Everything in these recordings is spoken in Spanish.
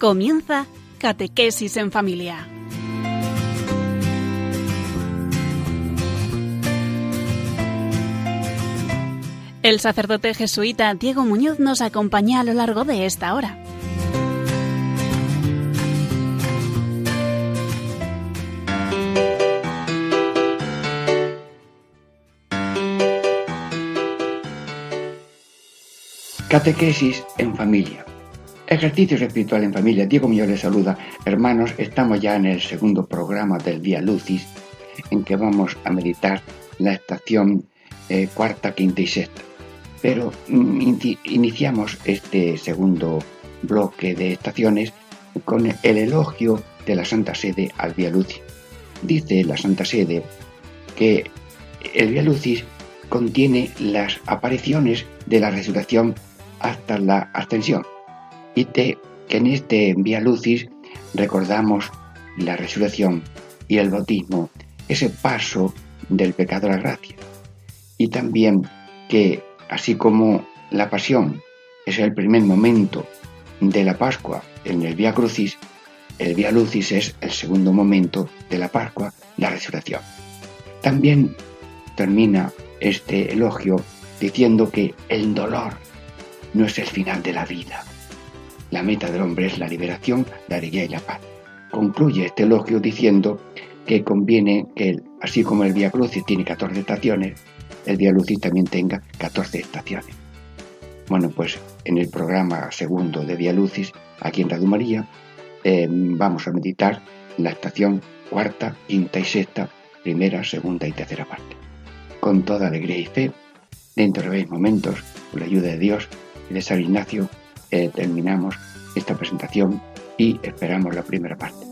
Comienza Catequesis en Familia. El sacerdote jesuita Diego Muñoz nos acompaña a lo largo de esta hora. Catequesis en familia. Ejercicios espirituales en familia. Diego Muñoz les saluda. Hermanos, estamos ya en el segundo programa del Vía Lucis, en que vamos a meditar la estación cuarta, quinta y sexta. Pero iniciamos este segundo bloque de estaciones con el elogio de la Santa Sede al Vía Lucis. Dice la Santa Sede que el Vía Lucis contiene las apariciones de la resurrección hasta la ascensión, y que en este Vía Lucis recordamos la resurrección y el bautismo, ese paso del pecado a la gracia, y también que así como la pasión es el primer momento de la Pascua en el Vía Crucis, el Vía Lucis es el segundo momento de la Pascua, la resurrección. También termina este elogio diciendo que el dolor no es el final de la vida. La meta del hombre es la liberación, la alegría y la paz. Concluye este elogio diciendo que conviene que, así como el Vía Crucis tiene 14 estaciones, el Vía Lucis también tenga 14 estaciones. Bueno, pues en el programa segundo de Vía Lucis, aquí en Radio María, vamos a meditar la estación cuarta, quinta y sexta, primera, segunda y tercera parte. Con toda alegría y fe, dentro de 20 momentos, con la ayuda de Dios y de San Ignacio, terminamos esta presentación y esperamos la primera parte.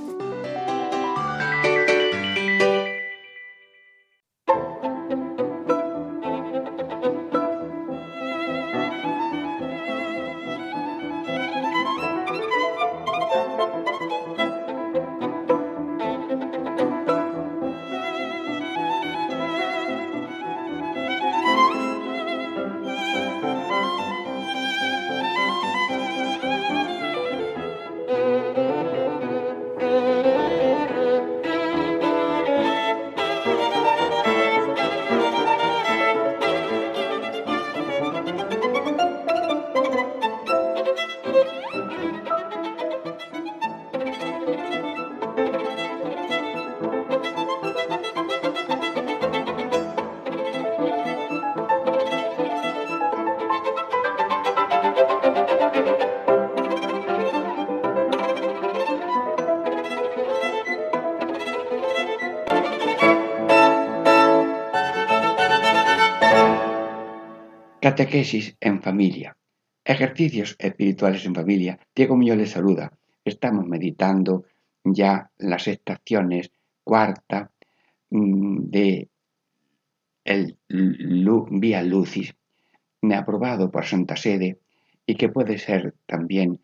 Catequesis en familia. Ejercicios espirituales en familia. Diego Muñoz les saluda. Estamos meditando ya las estaciones cuarta de el Vía Lucis, aprobado por Santa Sede, y que puede ser también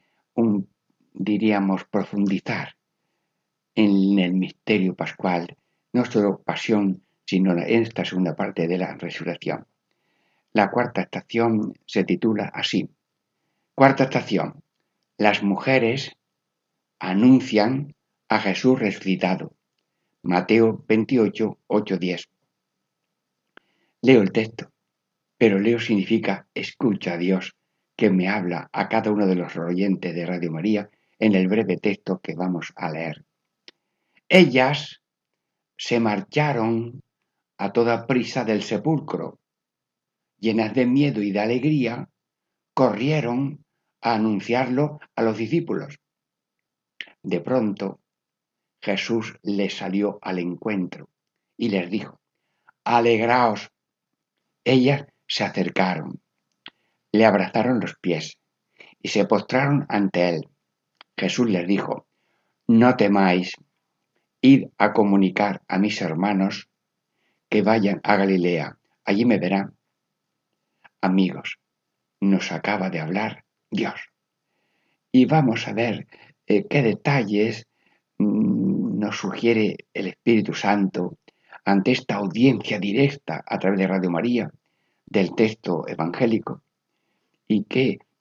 profundizar en el misterio pascual, no solo pasión, sino en esta segunda parte de la resurrección. La cuarta estación se titula así. Cuarta estación. Las mujeres anuncian a Jesús resucitado. Mateo 28, 8-10. Leo el texto, pero leo significa escucha a Dios, que me habla a cada uno de los oyentes de Radio María en el breve texto que vamos a leer. Ellas se marcharon a toda prisa del sepulcro. Llenas de miedo y de alegría, corrieron a anunciarlo a los discípulos. De pronto, Jesús les salió al encuentro y les dijo: «Alegraos». Ellas se acercaron, le abrazaron los pies y se postraron ante él. Jesús les dijo: «No temáis, id a comunicar a mis hermanos que vayan a Galilea, allí me verán». Amigos, nos acaba de hablar Dios. Y vamos a ver qué detalles nos sugiere el Espíritu Santo ante esta audiencia directa a través de Radio María del texto evangélico, y qué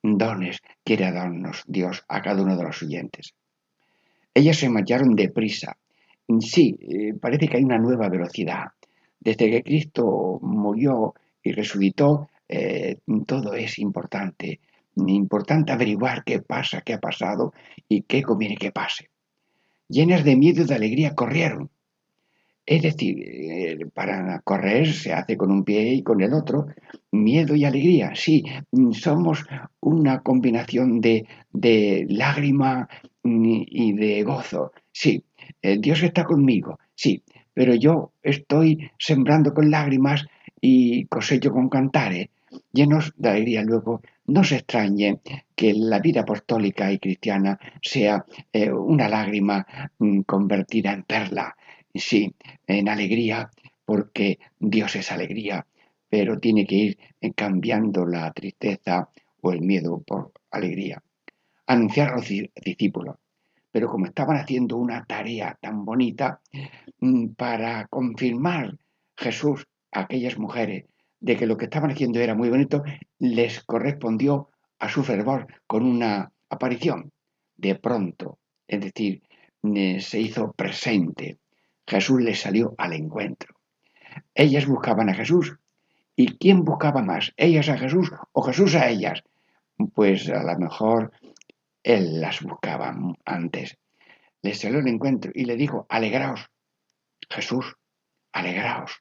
dones quiere darnos Dios a cada uno de los oyentes. Ellas se marcharon deprisa. Sí, parece que hay una nueva velocidad. Desde que Cristo murió y resucitó, todo es importante. Importante averiguar qué pasa, qué ha pasado y qué conviene que pase. Llenas de miedo y de alegría corrieron. Es decir, para correr se hace con un pie y con el otro. Miedo y alegría, sí, somos una combinación de lágrima y de gozo. Sí, Dios está conmigo, sí, pero yo estoy sembrando con lágrimas y cosecho con cantares, llenos de alegría. Luego, no se extrañe que la vida apostólica y cristiana sea una lágrima convertida en perla. Sí, en alegría, porque Dios es alegría, pero tiene que ir cambiando la tristeza o el miedo por alegría. Anunciar a los discípulos. Pero como estaban haciendo una tarea tan bonita para confirmar Jesús a aquellas mujeres de que lo que estaban haciendo era muy bonito, les correspondió a su fervor con una aparición. De pronto, es decir, se hizo presente. Jesús les salió al encuentro. Ellas buscaban a Jesús. ¿Y quién buscaba más? ¿Ellas a Jesús o Jesús a ellas? Pues a lo mejor él las buscaba antes. Les salió al encuentro y le dijo, alegraos. Jesús, alegraos.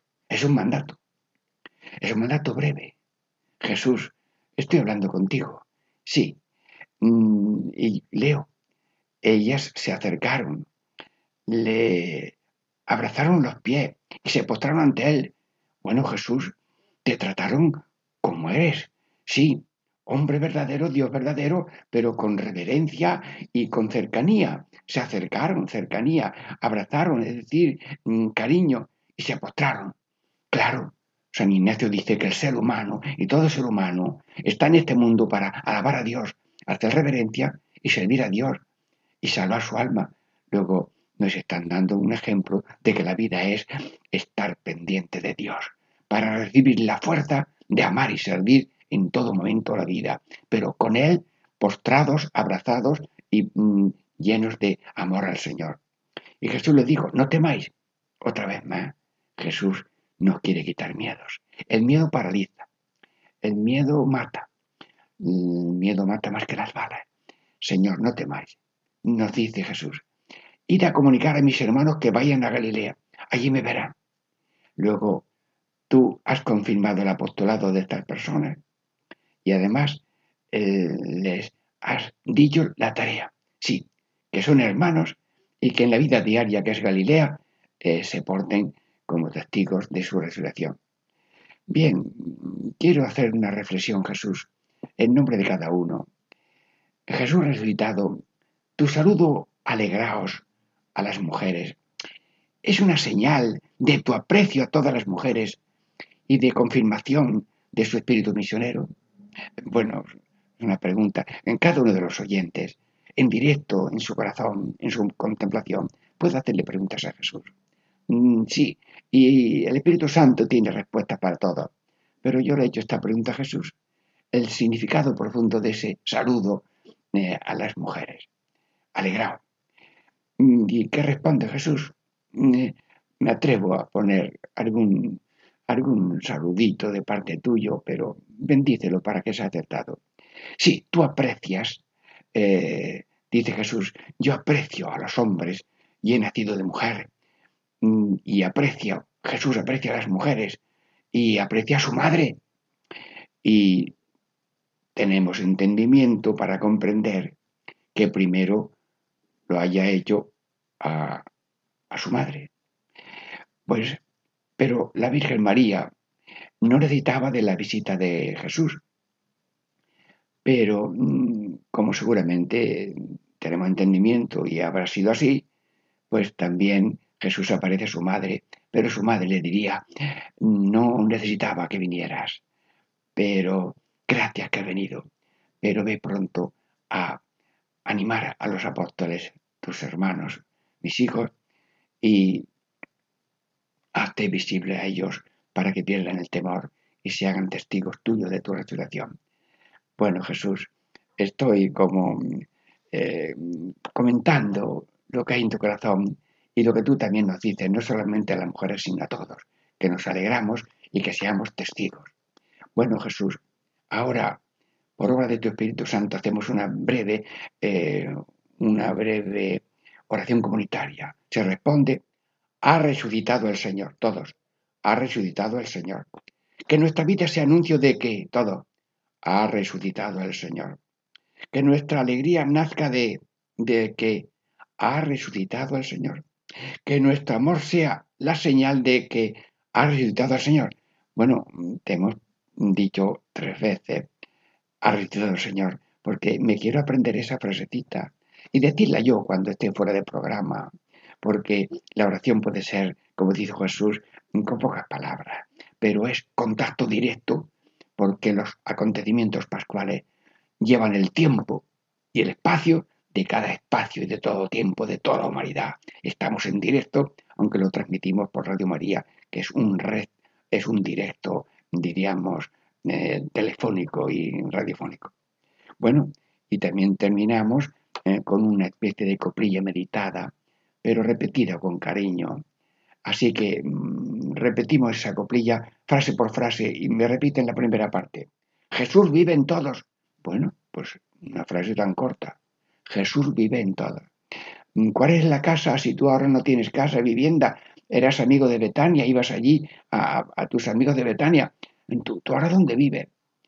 Es un mandato breve. Jesús, estoy hablando contigo. Sí. Y Leo, ellas se acercaron, le abrazaron los pies y se postraron ante él. Bueno, Jesús, te trataron como eres. Sí, hombre verdadero, Dios verdadero, pero con reverencia y con cercanía. Se acercaron, cercanía, abrazaron, es decir, cariño, y se postraron. Claro, San Ignacio dice que el ser humano y todo ser humano está en este mundo para alabar a Dios, hacer reverencia y servir a Dios y salvar su alma. Luego nos están dando un ejemplo de que la vida es estar pendiente de Dios para recibir la fuerza de amar y servir en todo momento la vida, pero con Él postrados, abrazados y llenos de amor al Señor. Y Jesús le dijo, no temáis. Otra vez más, Jesús nos quiere quitar miedos. El miedo paraliza, el miedo mata, el miedo mata más que las balas. Señor, no temáis, nos dice Jesús. Id a comunicar a mis hermanos que vayan a Galilea, allí me verán. Luego, tú has confirmado el apostolado de estas personas y además les has dicho la tarea. Sí, que son hermanos y que en la vida diaria que es Galilea se porten como testigos de su resurrección. Bien, quiero hacer una reflexión, Jesús, en nombre de cada uno. Jesús resucitado, tu saludo alegraos a las mujeres. Es una señal de tu aprecio a todas las mujeres y de confirmación de su espíritu misionero. Bueno, es una pregunta. En cada uno de los oyentes, en directo, en su corazón, en su contemplación, puede hacerle preguntas a Jesús. Sí, y el Espíritu Santo tiene respuestas para todo. Pero yo le he hecho esta pregunta a Jesús. El significado profundo de ese saludo a las mujeres. Alegrado. ¿Y qué responde Jesús? Me atrevo a poner algún saludito de parte tuyo, pero bendícelo para que sea acertado. Sí, tú aprecias, dice Jesús, yo aprecio a los hombres y he nacido de mujer. Y Jesús aprecia a las mujeres y aprecia a su madre. Y tenemos entendimiento para comprender que primero lo haya hecho a su madre. Pues, pero la Virgen María no necesitaba de la visita de Jesús, pero como seguramente tenemos entendimiento y habrá sido así, pues también Jesús aparece a su madre, pero su madre le diría, no necesitaba que vinieras, pero gracias que has venido, pero ve pronto a animar a los apóstoles, tus hermanos, mis hijos, y hazte visible a ellos para que pierdan el temor y se hagan testigos tuyos de tu resurrección. Bueno, Jesús, estoy como comentando lo que hay en tu corazón y lo que tú también nos dices, no solamente a las mujeres, sino a todos, que nos alegramos y que seamos testigos. Bueno, Jesús, ahora, por obra de tu Espíritu Santo, hacemos una breve oración comunitaria. Se responde, ha resucitado el Señor, todos, ha resucitado el Señor. Que nuestra vida sea anuncio de que todo ha resucitado el Señor. Que nuestra alegría nazca de que ha resucitado el Señor. Que nuestro amor sea la señal de que ha resucitado el Señor. Bueno, te hemos dicho 3 veces, ha resucitado el Señor, porque me quiero aprender esa frasecita y decirla yo cuando esté fuera de programa, porque la oración puede ser, como dijo Jesús, con pocas palabras, pero es contacto directo, porque los acontecimientos pascuales llevan el tiempo y el espacio de cada espacio y de todo tiempo, de toda la humanidad. Estamos en directo, aunque lo transmitimos por Radio María, que es un directo, diríamos, telefónico y radiofónico. Bueno, y también terminamos con una especie de coplilla meditada, pero repetida con cariño. Así que repetimos esa coplilla frase por frase y me repiten la primera parte. Jesús vive en todos. Bueno, pues una frase tan corta. Jesús vive en todos. ¿Cuál es la casa si tú ahora no tienes casa, vivienda? Eras amigo de Betania, ibas allí a tus amigos de Betania. ¿Tú ahora dónde vives?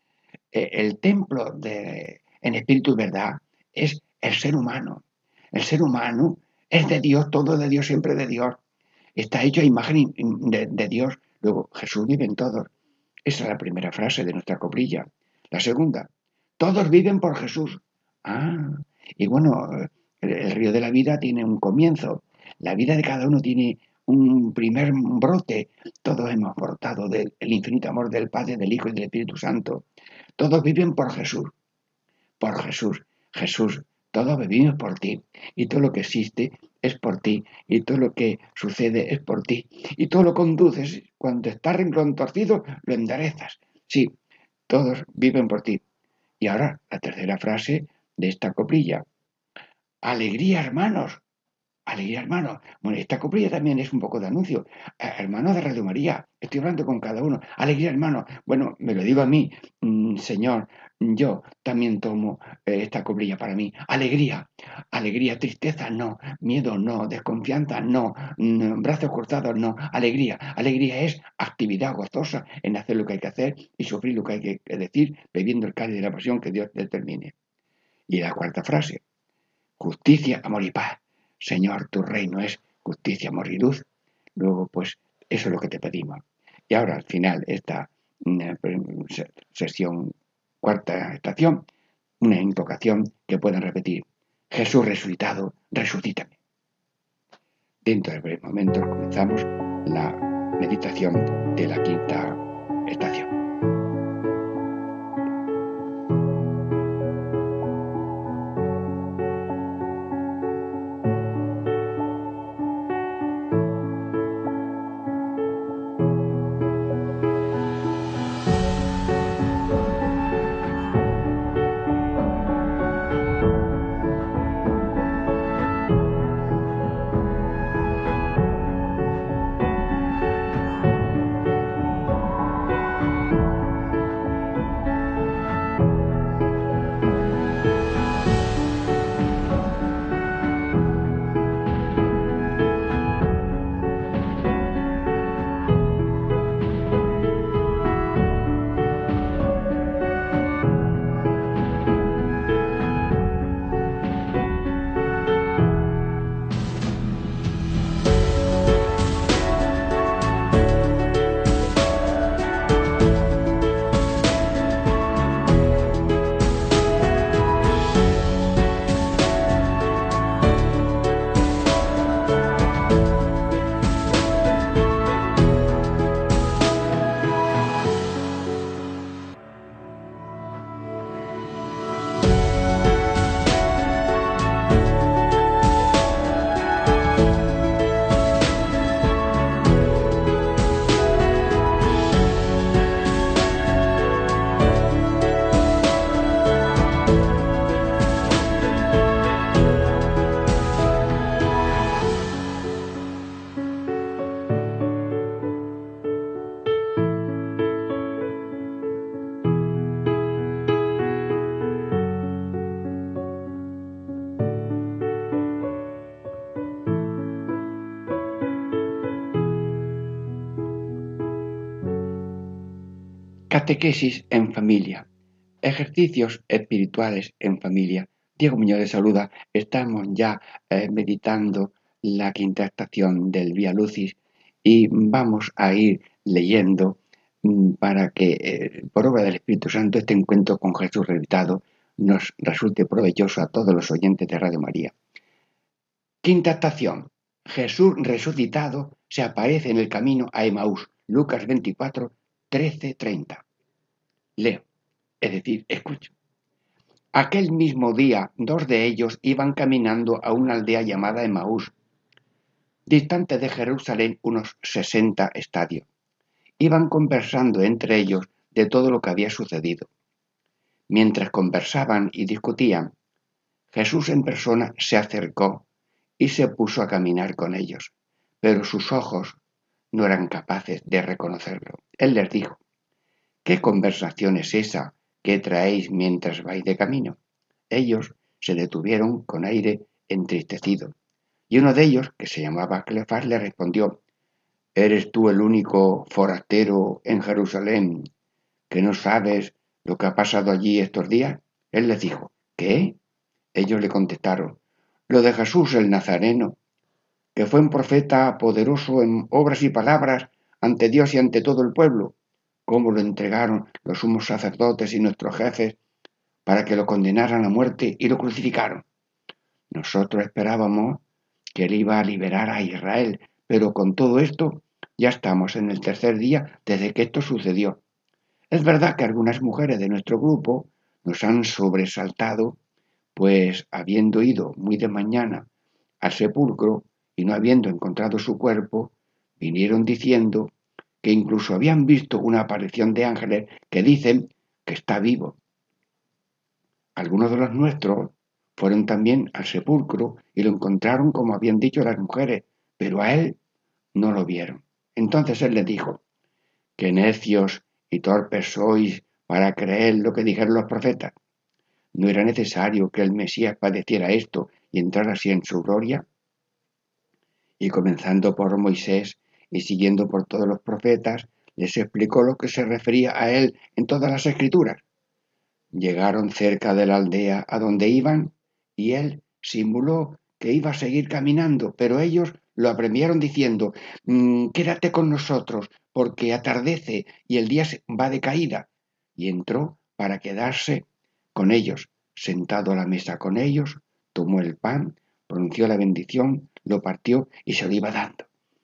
El templo en espíritu y verdad es el ser humano. El ser humano es de Dios, todo de Dios, siempre de Dios. Está hecho a imagen de Dios. Luego, Jesús vive en todos. Esa es la primera frase de nuestra cobrilla. La segunda, todos viven por Jesús. Ah, y bueno, el río de la vida tiene un comienzo. La vida de cada uno tiene un primer brote. Todos hemos brotado del infinito amor del Padre, del Hijo y del Espíritu Santo. Todos viven por Jesús. Por Jesús. Jesús, todos vivimos por ti. Y todo lo que existe es por ti. Y todo lo que sucede es por ti. Y todo lo conduces. Cuando está renglón torcido, lo enderezas. Sí, todos viven por ti. Y ahora, la tercera frase de esta coplilla. Alegría, hermanos. Alegría, hermano. Bueno, esta coplilla también es un poco de anuncio. Hermano de Radio María, estoy hablando con cada uno. Alegría, hermano. Bueno, me lo digo a mí, Señor, yo también tomo esta coplilla para mí. Alegría, alegría, tristeza, no. Miedo, no. Desconfianza, no. Brazos cortados, no. Alegría, alegría es actividad gozosa en hacer lo que hay que hacer y sufrir lo que hay que decir, bebiendo el cáliz de la pasión que Dios determine. Y la cuarta frase, justicia, amor y paz. Señor, tu reino es justicia, amor y luz. Luego, pues, eso es lo que te pedimos. Y ahora, al final, esta sesión, cuarta estación, una invocación que pueden repetir. Jesús resucitado, resucítame. Dentro de breves momentos comenzamos la meditación de la quinta estación. Catequesis en familia. Ejercicios espirituales en familia. Diego Muñoz les saluda. Estamos ya meditando la quinta estación del Vía Lucis y vamos a ir leyendo para que, por obra del Espíritu Santo, este encuentro con Jesús resucitado nos resulte provechoso a todos los oyentes de Radio María. Quinta estación. Jesús resucitado se aparece en el camino a Emaús. Lucas 24, 13-30. Leo, es decir, escucho. Aquel mismo día, 2 de ellos iban caminando a una aldea llamada Emaús, distante de Jerusalén unos 60 estadios. Iban conversando entre ellos de todo lo que había sucedido. Mientras conversaban y discutían, Jesús en persona se acercó y se puso a caminar con ellos, pero sus ojos no eran capaces de reconocerlo. Él les dijo: ¿qué conversación es esa que traéis mientras vais de camino? Ellos se detuvieron con aire entristecido, y uno de ellos, que se llamaba Cleofás, le respondió: ¿eres tú el único forastero en Jerusalén que no sabes lo que ha pasado allí estos días? Él les dijo: ¿qué? Ellos le contestaron: lo de Jesús el Nazareno, que fue un profeta poderoso en obras y palabras ante Dios y ante todo el pueblo. Cómo lo entregaron los sumos sacerdotes y nuestros jefes para que lo condenaran a muerte y lo crucificaron. Nosotros esperábamos que él iba a liberar a Israel, pero con todo esto ya estamos en el tercer día desde que esto sucedió. Es verdad que algunas mujeres de nuestro grupo nos han sobresaltado, pues habiendo ido muy de mañana al sepulcro y no habiendo encontrado su cuerpo, vinieron diciendo que incluso habían visto una aparición de ángeles que dicen que está vivo. Algunos de los nuestros fueron también al sepulcro y lo encontraron como habían dicho las mujeres, pero a él no lo vieron. Entonces él les dijo: qué necios y torpes sois para creer lo que dijeron los profetas. ¿No era necesario que el Mesías padeciera esto y entrara así en su gloria? Y comenzando por Moisés y siguiendo por todos los profetas, les explicó lo que se refería a él en todas las escrituras. Llegaron cerca de la aldea a donde iban y él simuló que iba a seguir caminando, pero ellos lo apremiaron diciendo: quédate con nosotros porque atardece y el día va de caída. Y entró para quedarse con ellos. Sentado a la mesa con ellos, tomó el pan, pronunció la bendición, lo partió y se lo iba dando.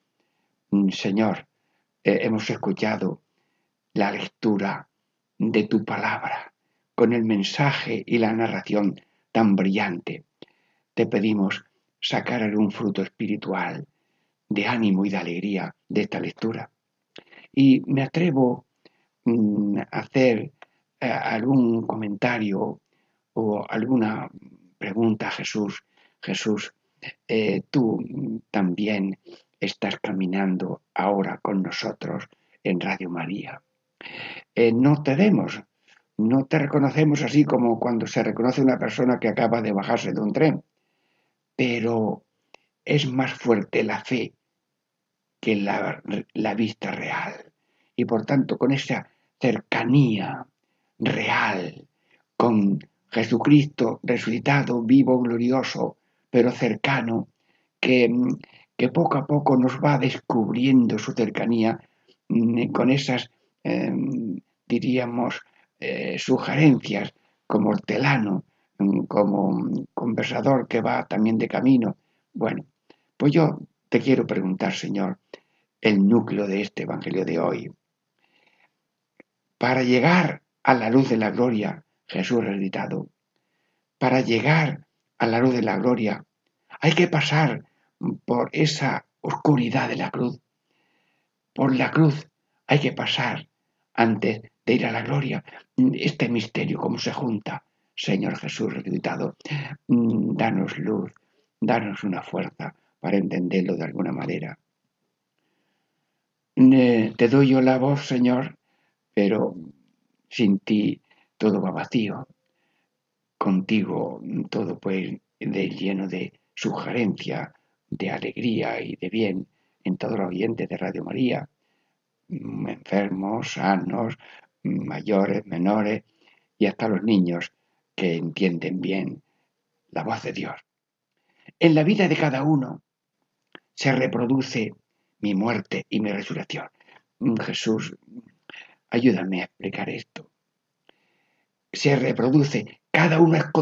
Señor, hemos escuchado la lectura de tu palabra con el mensaje y la narración tan brillante. Te pedimos sacar algún fruto espiritual de ánimo y de alegría de esta lectura. Y me atrevo a hacer algún comentario o alguna pregunta a Jesús. Jesús, tú también estás caminando ahora con nosotros en Radio María. No te vemos, no te reconocemos así como cuando se reconoce una persona que acaba de bajarse de un tren, pero es más fuerte la fe que la vista real. Y por tanto, con esa cercanía real, con Jesucristo resucitado, vivo, glorioso, pero cercano, que, que poco a poco nos va descubriendo su cercanía con esas, diríamos, sugerencias como hortelano, como conversador que va también de camino. Bueno, pues yo te quiero preguntar, Señor, el núcleo de este Evangelio de hoy. Para llegar a la luz de la gloria, Jesús resucitado, para llegar a la luz de la gloria, hay que pasar por esa oscuridad de la cruz. Por la cruz hay que pasar antes de ir a la gloria. Este misterio, ¿cómo se junta? Señor Jesús resucitado, danos luz, danos una fuerza para entenderlo de alguna manera. Te doy yo la voz, Señor, pero sin ti todo va vacío. Contigo todo pues lleno de sugerencia, de alegría y de bien en todos los oyentes de Radio María, enfermos, sanos, mayores, menores y hasta los niños que entienden bien la voz de Dios. En la vida de cada uno se reproduce mi muerte y mi resurrección. Jesús, ayúdame a explicar esto. Se reproduce, cada uno es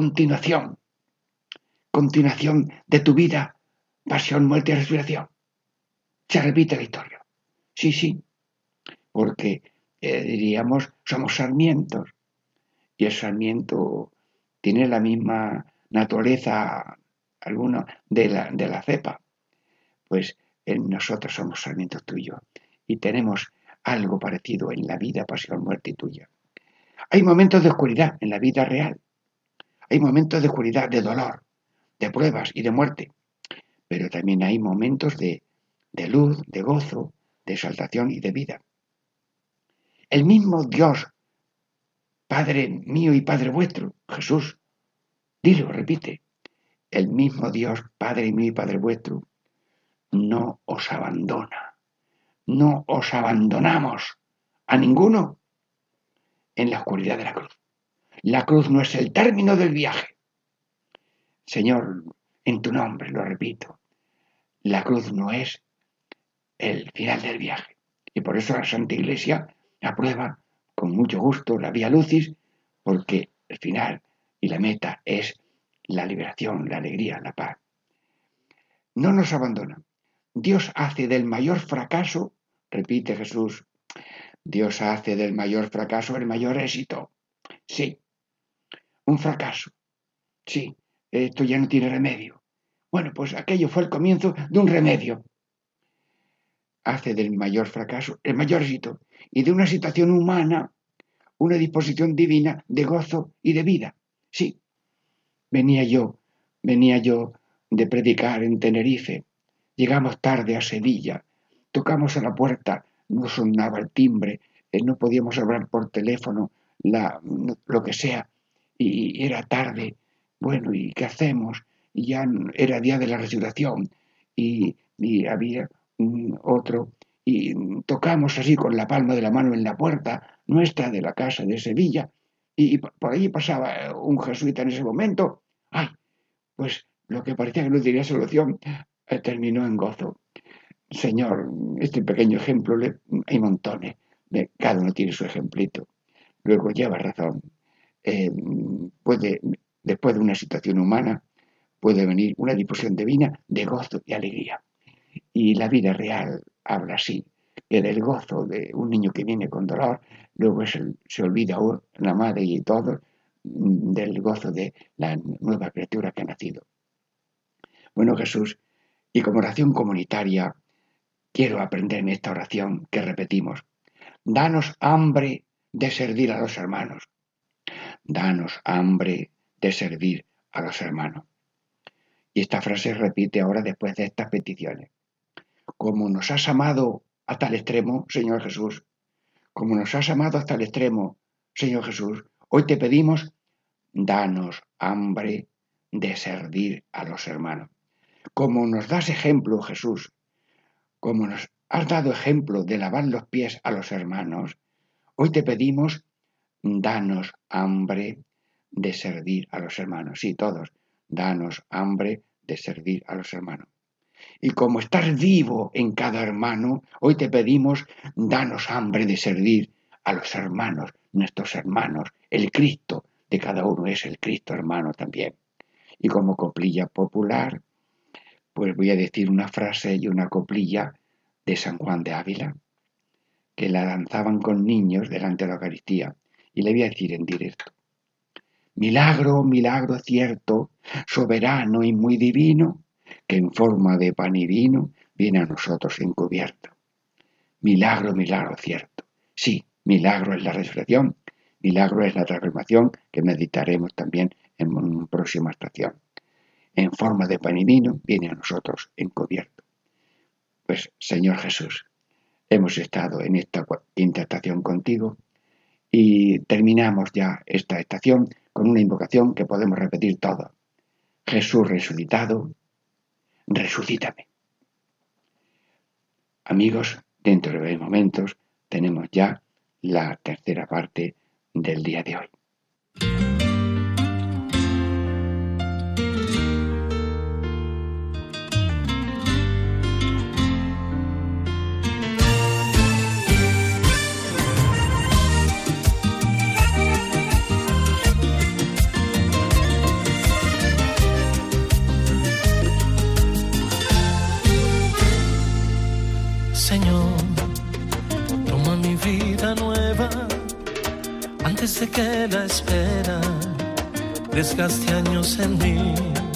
continuación de tu vida, pasión, muerte y resurrección. Se repite la historia. Sí, sí, porque diríamos, somos sarmientos y el sarmiento tiene la misma naturaleza alguna de la cepa. Pues nosotros somos sarmientos tuyos y tenemos algo parecido en la vida, pasión, muerte y tuya. Hay momentos de oscuridad en la vida real, hay momentos de oscuridad, de dolor, de pruebas y de muerte, pero también hay momentos de luz, de gozo, de exaltación y de vida. El mismo Dios, Padre mío y Padre vuestro, Jesús, dilo, repite, el mismo Dios, Padre mío y Padre vuestro, no os abandona, no os abandonamos a ninguno en la oscuridad de la cruz. La cruz no es el término del viaje. Señor, en tu nombre lo repito, la cruz no es el final del viaje. Y por eso la Santa Iglesia aprueba con mucho gusto la Vía Lucis, porque el final y la meta es la liberación, la alegría, la paz. No nos abandona. Dios hace del mayor fracaso, repite Jesús, Dios hace del mayor fracaso el mayor éxito. Sí, un fracaso. Sí, esto ya no tiene remedio. Bueno, pues aquello fue el comienzo de un remedio. Hace del mayor fracaso el mayor éxito y de una situación humana una disposición divina de gozo y de vida. Sí, venía yo de predicar en Tenerife. Llegamos tarde a Sevilla, tocamos a la puerta, no sonaba el timbre, no podíamos hablar por teléfono, lo que sea, y era tarde. Bueno, ¿y qué hacemos? Y ya era día de la resurrección, y había otro, y tocamos así con la palma de la mano en la puerta nuestra de la casa de Sevilla, y por allí pasaba un jesuita en ese momento. ¡Ay! Pues lo que parecía que no tenía solución terminó en gozo. Señor, este pequeño ejemplo, hay montones, cada uno tiene su ejemplito. Luego lleva razón. Puede, después de una situación humana, puede venir una disposición divina de gozo y alegría. Y la vida real habla así, que del gozo de un niño que viene con dolor, luego se olvida la madre y todo del gozo de la nueva criatura que ha nacido. Bueno, Jesús, y como oración comunitaria, quiero aprenderme esta oración que repetimos. Danos hambre de servir a los hermanos. Danos hambre de servir a los hermanos. Y esta frase se repite ahora después de estas peticiones. Como nos has amado hasta el extremo, Señor Jesús, como nos has amado hasta el extremo, Señor Jesús, hoy te pedimos, danos hambre de servir a los hermanos. Como nos das ejemplo, Jesús, como nos has dado ejemplo de lavar los pies a los hermanos, hoy te pedimos, danos hambre de servir a los hermanos. Sí, todos, danos hambre de servir a los hermanos. Y como estás vivo en cada hermano, hoy te pedimos, danos hambre de servir a los hermanos, nuestros hermanos. El Cristo de cada uno es el Cristo hermano también. Y como coplilla popular, pues voy a decir una frase y una coplilla de San Juan de Ávila, que la danzaban con niños delante de la Eucaristía. Y le voy a decir en directo. Milagro, milagro cierto, soberano y muy divino, que en forma de pan y vino viene a nosotros encubierto. Milagro, milagro cierto. Sí, milagro es la resurrección, milagro es la transformación, que meditaremos también en una próxima estación. En forma de pan y vino viene a nosotros encubierto. Pues, Señor Jesús, hemos estado en esta quinta estación contigo y terminamos ya esta estación con una invocación que podemos repetir todos. Jesús resucitado, resucítame. Amigos, dentro de 20 momentos tenemos ya la tercera parte del día de hoy. Señor, toma mi vida nueva antes de que la espera desgaste años en mí.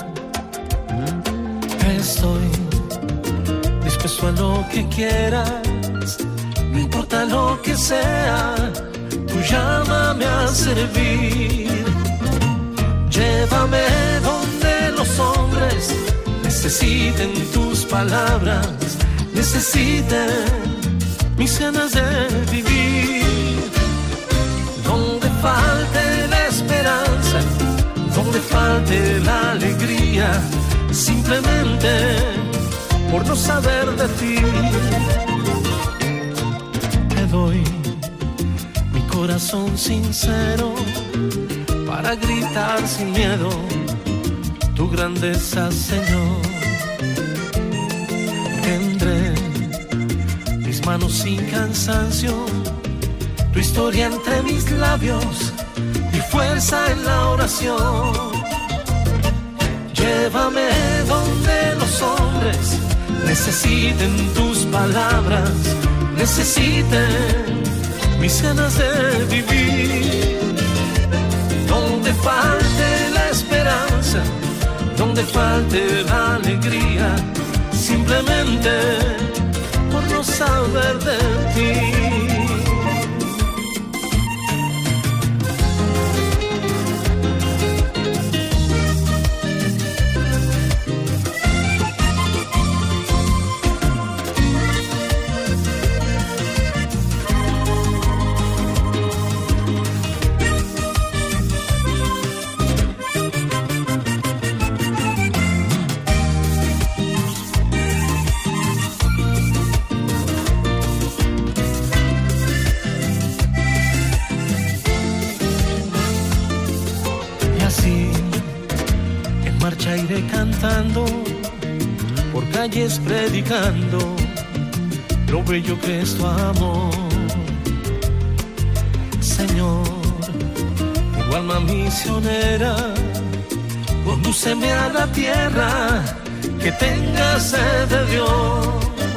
Estoy dispuesto a lo que quieras, no importa lo que sea, tú llámame a servir. Llévame donde los hombres necesiten tus palabras, necesiten mis ganas de vivir. Donde falte la esperanza, donde falte la alegría, simplemente por no saber de ti. Te doy mi corazón sincero para gritar sin miedo tu grandeza, Señor. Tendré mis manos sin cansancio, tu historia entre mis labios y fuerza en la oración. Llévame donde los hombres necesiten tus palabras, necesiten mis ganas de vivir. Donde falte la esperanza, donde falte la alegría, simplemente por no saber de ti. Iré cantando, por calles predicando lo bello que es tu amor. Señor, tu alma misionera, condúceme a la tierra que tenga sed de Dios.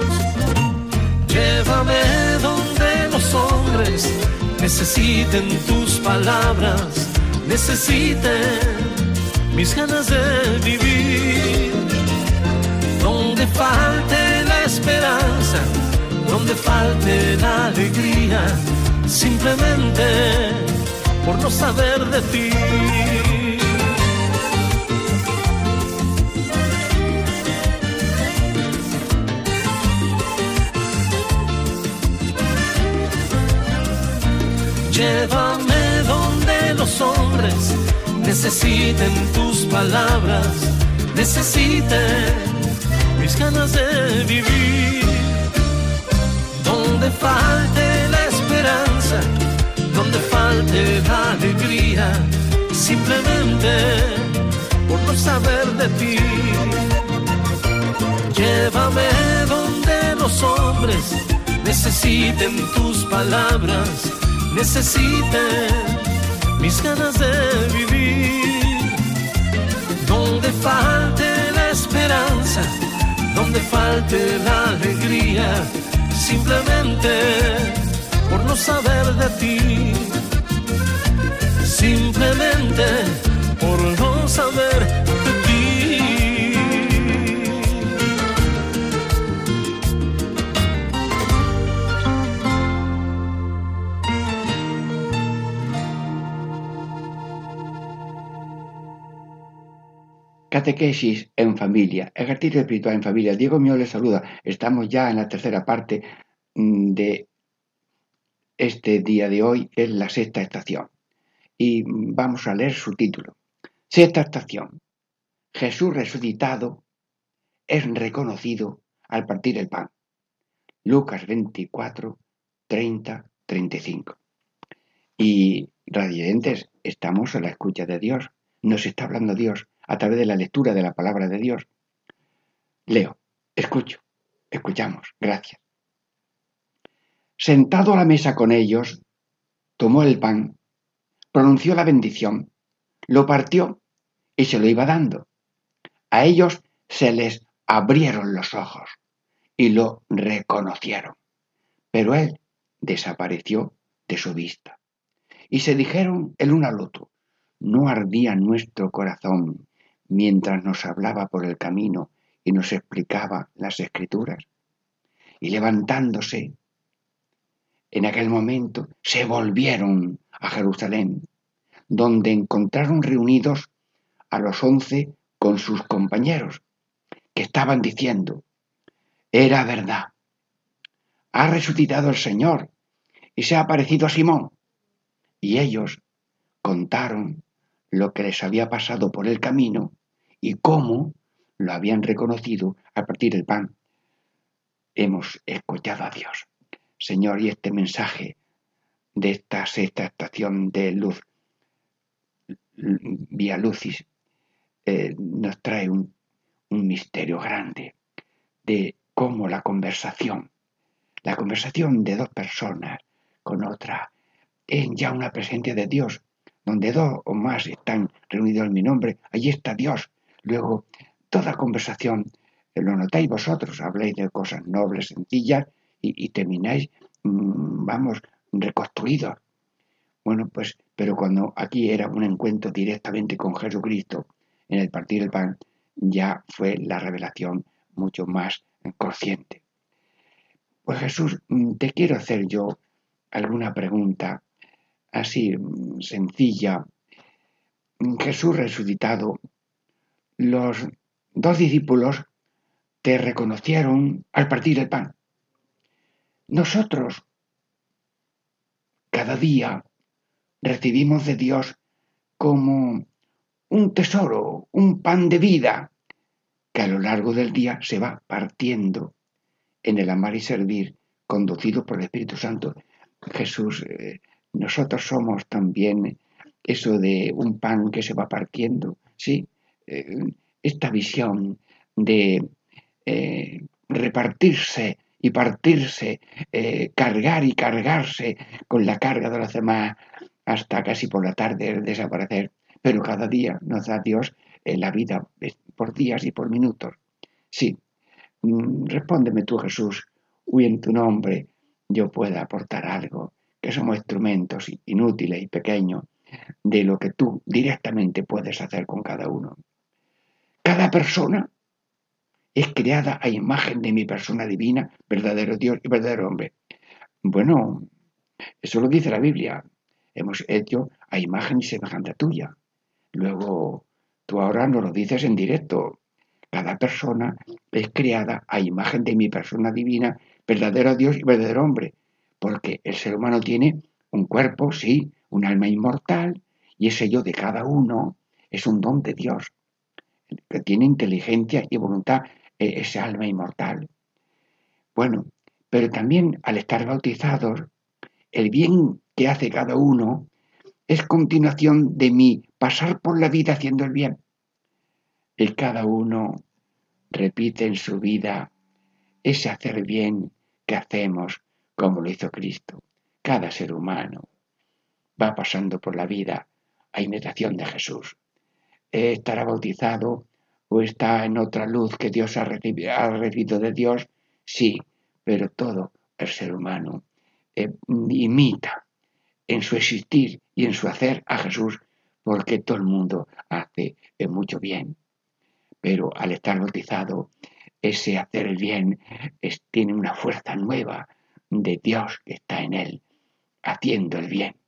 Llévame donde los hombres necesiten tus palabras, necesiten mis ganas de vivir. Donde falte la esperanza, donde falte la alegría, simplemente por no saber de ti. Llévame donde los hombres necesiten tus palabras, necesiten mis ganas de vivir. Donde falte la esperanza, donde falte la alegría, simplemente por no saber de ti. Llévame donde los hombres necesiten tus palabras, necesiten mis ganas de vivir. Donde falte la esperanza, donde falte la alegría, simplemente por no saber de ti. Simplemente por no saber de ti. Catequesis en familia, ejercicio espiritual en familia. Diego Muñoz les saluda. Estamos ya en la tercera parte de este día de hoy, que es la sexta estación. Y vamos a leer su título. Sexta estación. Jesús resucitado es reconocido al partir el pan. Lucas 24, 30 35. Y radiantes, estamos a la escucha de Dios. Nos está hablando Dios a través de la lectura de la palabra de Dios. Leo, escuchamos, gracias. Sentado a la mesa con ellos, tomó el pan, pronunció la bendición, lo partió y se lo iba dando. A ellos se les abrieron los ojos y lo reconocieron, pero él desapareció de su vista. Y se dijeron el uno al otro, ¿no ardía nuestro corazón mientras nos hablaba por el camino y nos explicaba las Escrituras? Y levantándose, en aquel momento se volvieron a Jerusalén, donde encontraron reunidos a los 11 con sus compañeros, que estaban diciendo, era verdad, ha resucitado el Señor y se ha aparecido a Simón. Y ellos contaron lo que les había pasado por el camino y cómo lo habían reconocido al partir el pan. Hemos escuchado a Dios. Señor, y este mensaje de esta sexta estación de luz, Vía Lucis, nos trae un misterio grande de cómo la conversación de dos personas con otra es ya una presencia de Dios, donde dos o más están reunidos en mi nombre, allí está Dios. Luego, toda conversación, lo notáis vosotros, habláis de cosas nobles, sencillas, y termináis, reconstruidos. Bueno, pues, pero cuando aquí era un encuentro directamente con Jesucristo, en el partir del pan, ya fue la revelación mucho más consciente. Pues Jesús, te quiero hacer yo alguna pregunta así sencilla. Jesús resucitado, los dos discípulos te reconocieron al partir el pan. Nosotros, cada día, recibimos de Dios como un tesoro, un pan de vida, que a lo largo del día se va partiendo en el amar y servir, conducido por el Espíritu Santo. Jesús, nosotros somos también eso de un pan que se va partiendo, ¿sí? Esta visión de repartirse y partirse, cargar y cargarse con la carga de los demás hasta casi por la tarde desaparecer, pero cada día nos da Dios la vida por días y por minutos. Sí, respóndeme tú, Jesús, hoy en tu nombre yo pueda aportar algo, que somos instrumentos inútiles y pequeños de lo que tú directamente puedes hacer con cada uno. Cada persona es creada a imagen de mi persona divina, verdadero Dios y verdadero hombre. Bueno, eso lo dice la Biblia. Hemos hecho a imagen y semejanza tuya. Luego, tú ahora nos lo dices en directo. Cada persona es creada a imagen de mi persona divina, verdadero Dios y verdadero hombre. Porque el ser humano tiene un cuerpo, sí, un alma inmortal, y ese yo de cada uno es un don de Dios, que tiene inteligencia y voluntad, ese alma inmortal. Bueno, pero también al estar bautizados, el bien que hace cada uno es continuación de mi pasar por la vida haciendo el bien. Y cada uno repite en su vida ese hacer bien que hacemos como lo hizo Cristo. Cada ser humano va pasando por la vida a imitación de Jesús. Estará bautizado o está en otra luz que Dios ha recibido de Dios, sí, pero todo el ser humano imita en su existir y en su hacer a Jesús, porque todo el mundo hace mucho bien. Pero al estar bautizado, ese hacer el bien tiene una fuerza nueva de Dios que está en él, haciendo el bien.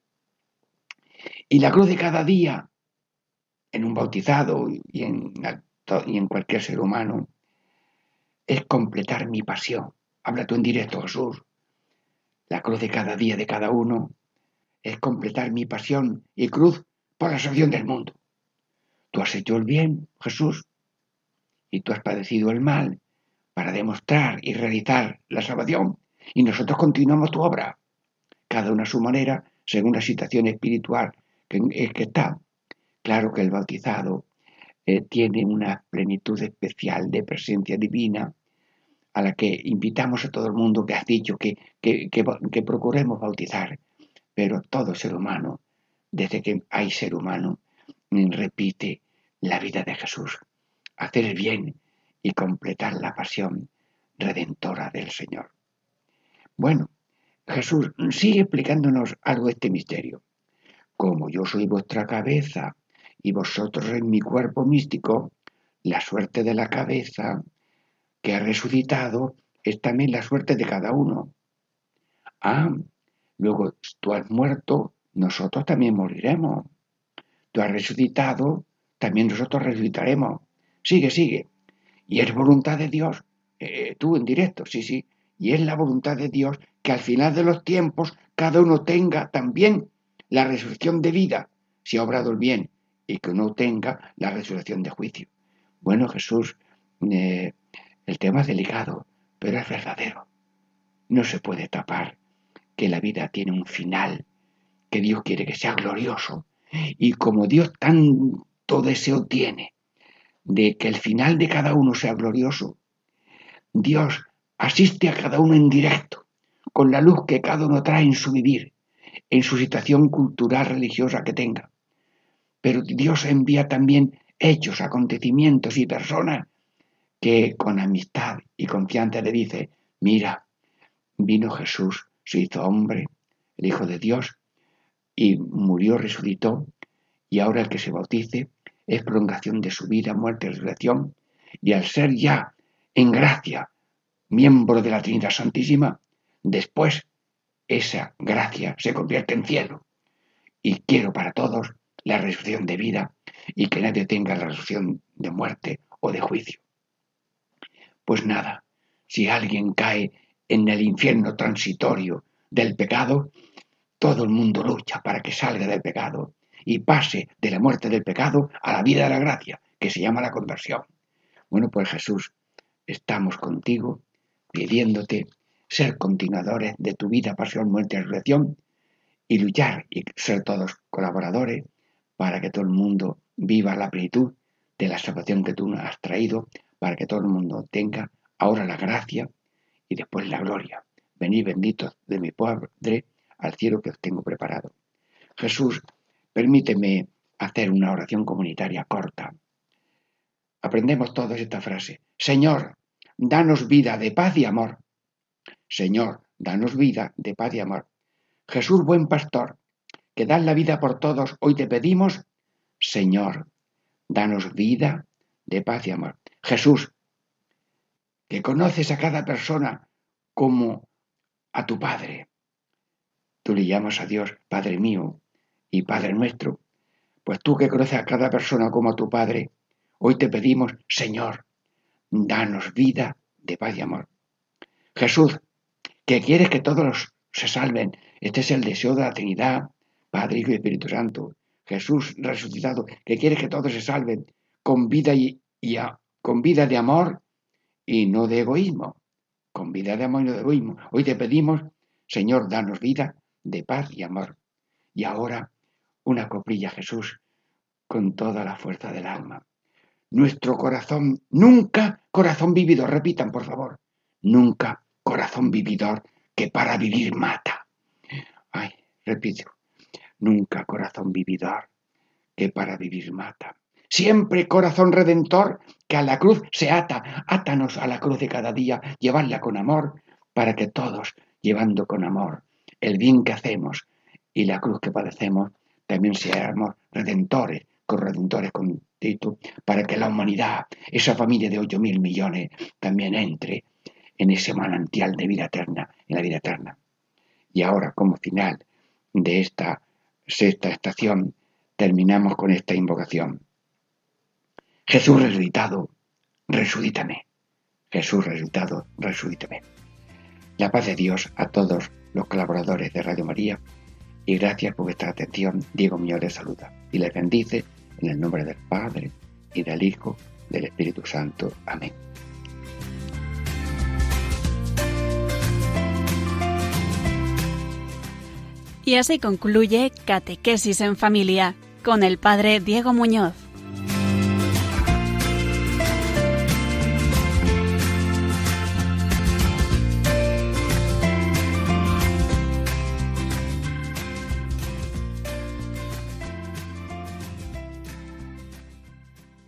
Y la cruz de cada día, en un bautizado y en cualquier ser humano, es completar mi pasión. Habla tú en directo, Jesús. La cruz de cada día de cada uno es completar mi pasión y cruz por la salvación del mundo. Tú has hecho el bien, Jesús, y tú has padecido el mal para demostrar y realizar la salvación, y nosotros continuamos tu obra. cada uno a su manera, según la situación espiritual que está. Claro que el bautizado tiene una plenitud especial de presencia divina a la que invitamos a todo el mundo que has dicho que procuremos bautizar. Pero todo ser humano, desde que hay ser humano, repite la vida de Jesús, hacer el bien y completar la pasión redentora del Señor. Bueno, Jesús sigue explicándonos algo de este misterio. Como yo soy vuestra cabeza y vosotros en mi cuerpo místico, la suerte de la cabeza que ha resucitado es también la suerte de cada uno. Luego tú has muerto, nosotros también moriremos. Tú has resucitado, también nosotros resucitaremos. Sigue. Y es voluntad de Dios, tú en directo, sí. Y es la voluntad de Dios que al final de los tiempos cada uno tenga también la resurrección de vida, si ha obrado el bien, y que no tenga la resurrección de juicio. Bueno, Jesús, el tema es delicado, pero es verdadero. No se puede tapar que la vida tiene un final, que Dios quiere que sea glorioso. Y como Dios tanto deseo tiene de que el final de cada uno sea glorioso, Dios asiste a cada uno en directo, con la luz que cada uno trae en su vivir, en su situación cultural, religiosa que tenga. Pero Dios envía también hechos, acontecimientos y personas que con amistad y confianza le dice: mira, vino Jesús, se hizo hombre, el Hijo de Dios, y murió, resucitó, y ahora el que se bautice es prolongación de su vida, muerte y resurrección, y al ser ya en gracia miembro de la Trinidad Santísima, después esa gracia se convierte en cielo. Y quiero para todos la resurrección de vida y que nadie tenga la resurrección de muerte o de juicio. Pues nada, si alguien cae en el infierno transitorio del pecado, todo el mundo lucha para que salga del pecado y pase de la muerte del pecado a la vida de la gracia, que se llama la conversión. Bueno, pues Jesús, estamos contigo pidiéndote ser continuadores de tu vida, pasión, muerte y resurrección, y luchar y ser todos colaboradores para que todo el mundo viva la plenitud de la salvación que tú nos has traído, para que todo el mundo tenga ahora la gracia y después la gloria. Venid benditos de mi Padre al cielo que os tengo preparado. Jesús, permíteme hacer una oración comunitaria corta. Aprendemos todos esta frase: Señor, danos vida de paz y amor. Señor, danos vida de paz y amor. Jesús, buen pastor, que das la vida por todos, hoy te pedimos: Señor, danos vida de paz y amor. Jesús, que conoces a cada persona como a tu Padre. Tú le llamas a Dios Padre mío y Padre nuestro. Pues tú que conoces a cada persona como a tu Padre, hoy te pedimos: Señor, danos vida de paz y amor. Jesús, que quieres que todos se salven. Este es el deseo de la Trinidad, Padre, Hijo y Espíritu Santo. Jesús resucitado, que quieres que todos se salven con vida con vida de amor y no de egoísmo. Con vida de amor y no de egoísmo. Hoy te pedimos: Señor, danos vida de paz y amor. Y ahora una coplilla, Jesús, con toda la fuerza del alma. Nuestro corazón, nunca corazón vividor, repitan por favor, nunca corazón vividor que para vivir mata. Ay, repito, nunca corazón vividor que para vivir mata. Siempre corazón redentor que a la cruz se ata. Átanos a la cruz de cada día, llevarla con amor, para que todos, llevando con amor el bien que hacemos y la cruz que padecemos, también seamos redentores, corredentores con Tito, para que la humanidad, esa familia de 8.000 millones, también entre en ese manantial de vida eterna, en la vida eterna. Y ahora, como final de esta sexta estación, terminamos con esta invocación. Jesús resucitado, resucítame. Jesús resucitado, resucítame. La paz de Dios a todos los colaboradores de Radio María, y gracias por vuestra atención. Diego Muñoz les saluda y les bendice en el nombre del Padre, y del Hijo, del Espíritu Santo. Amén. Y así concluye Catequesis en Familia con el Padre Diego Muñoz.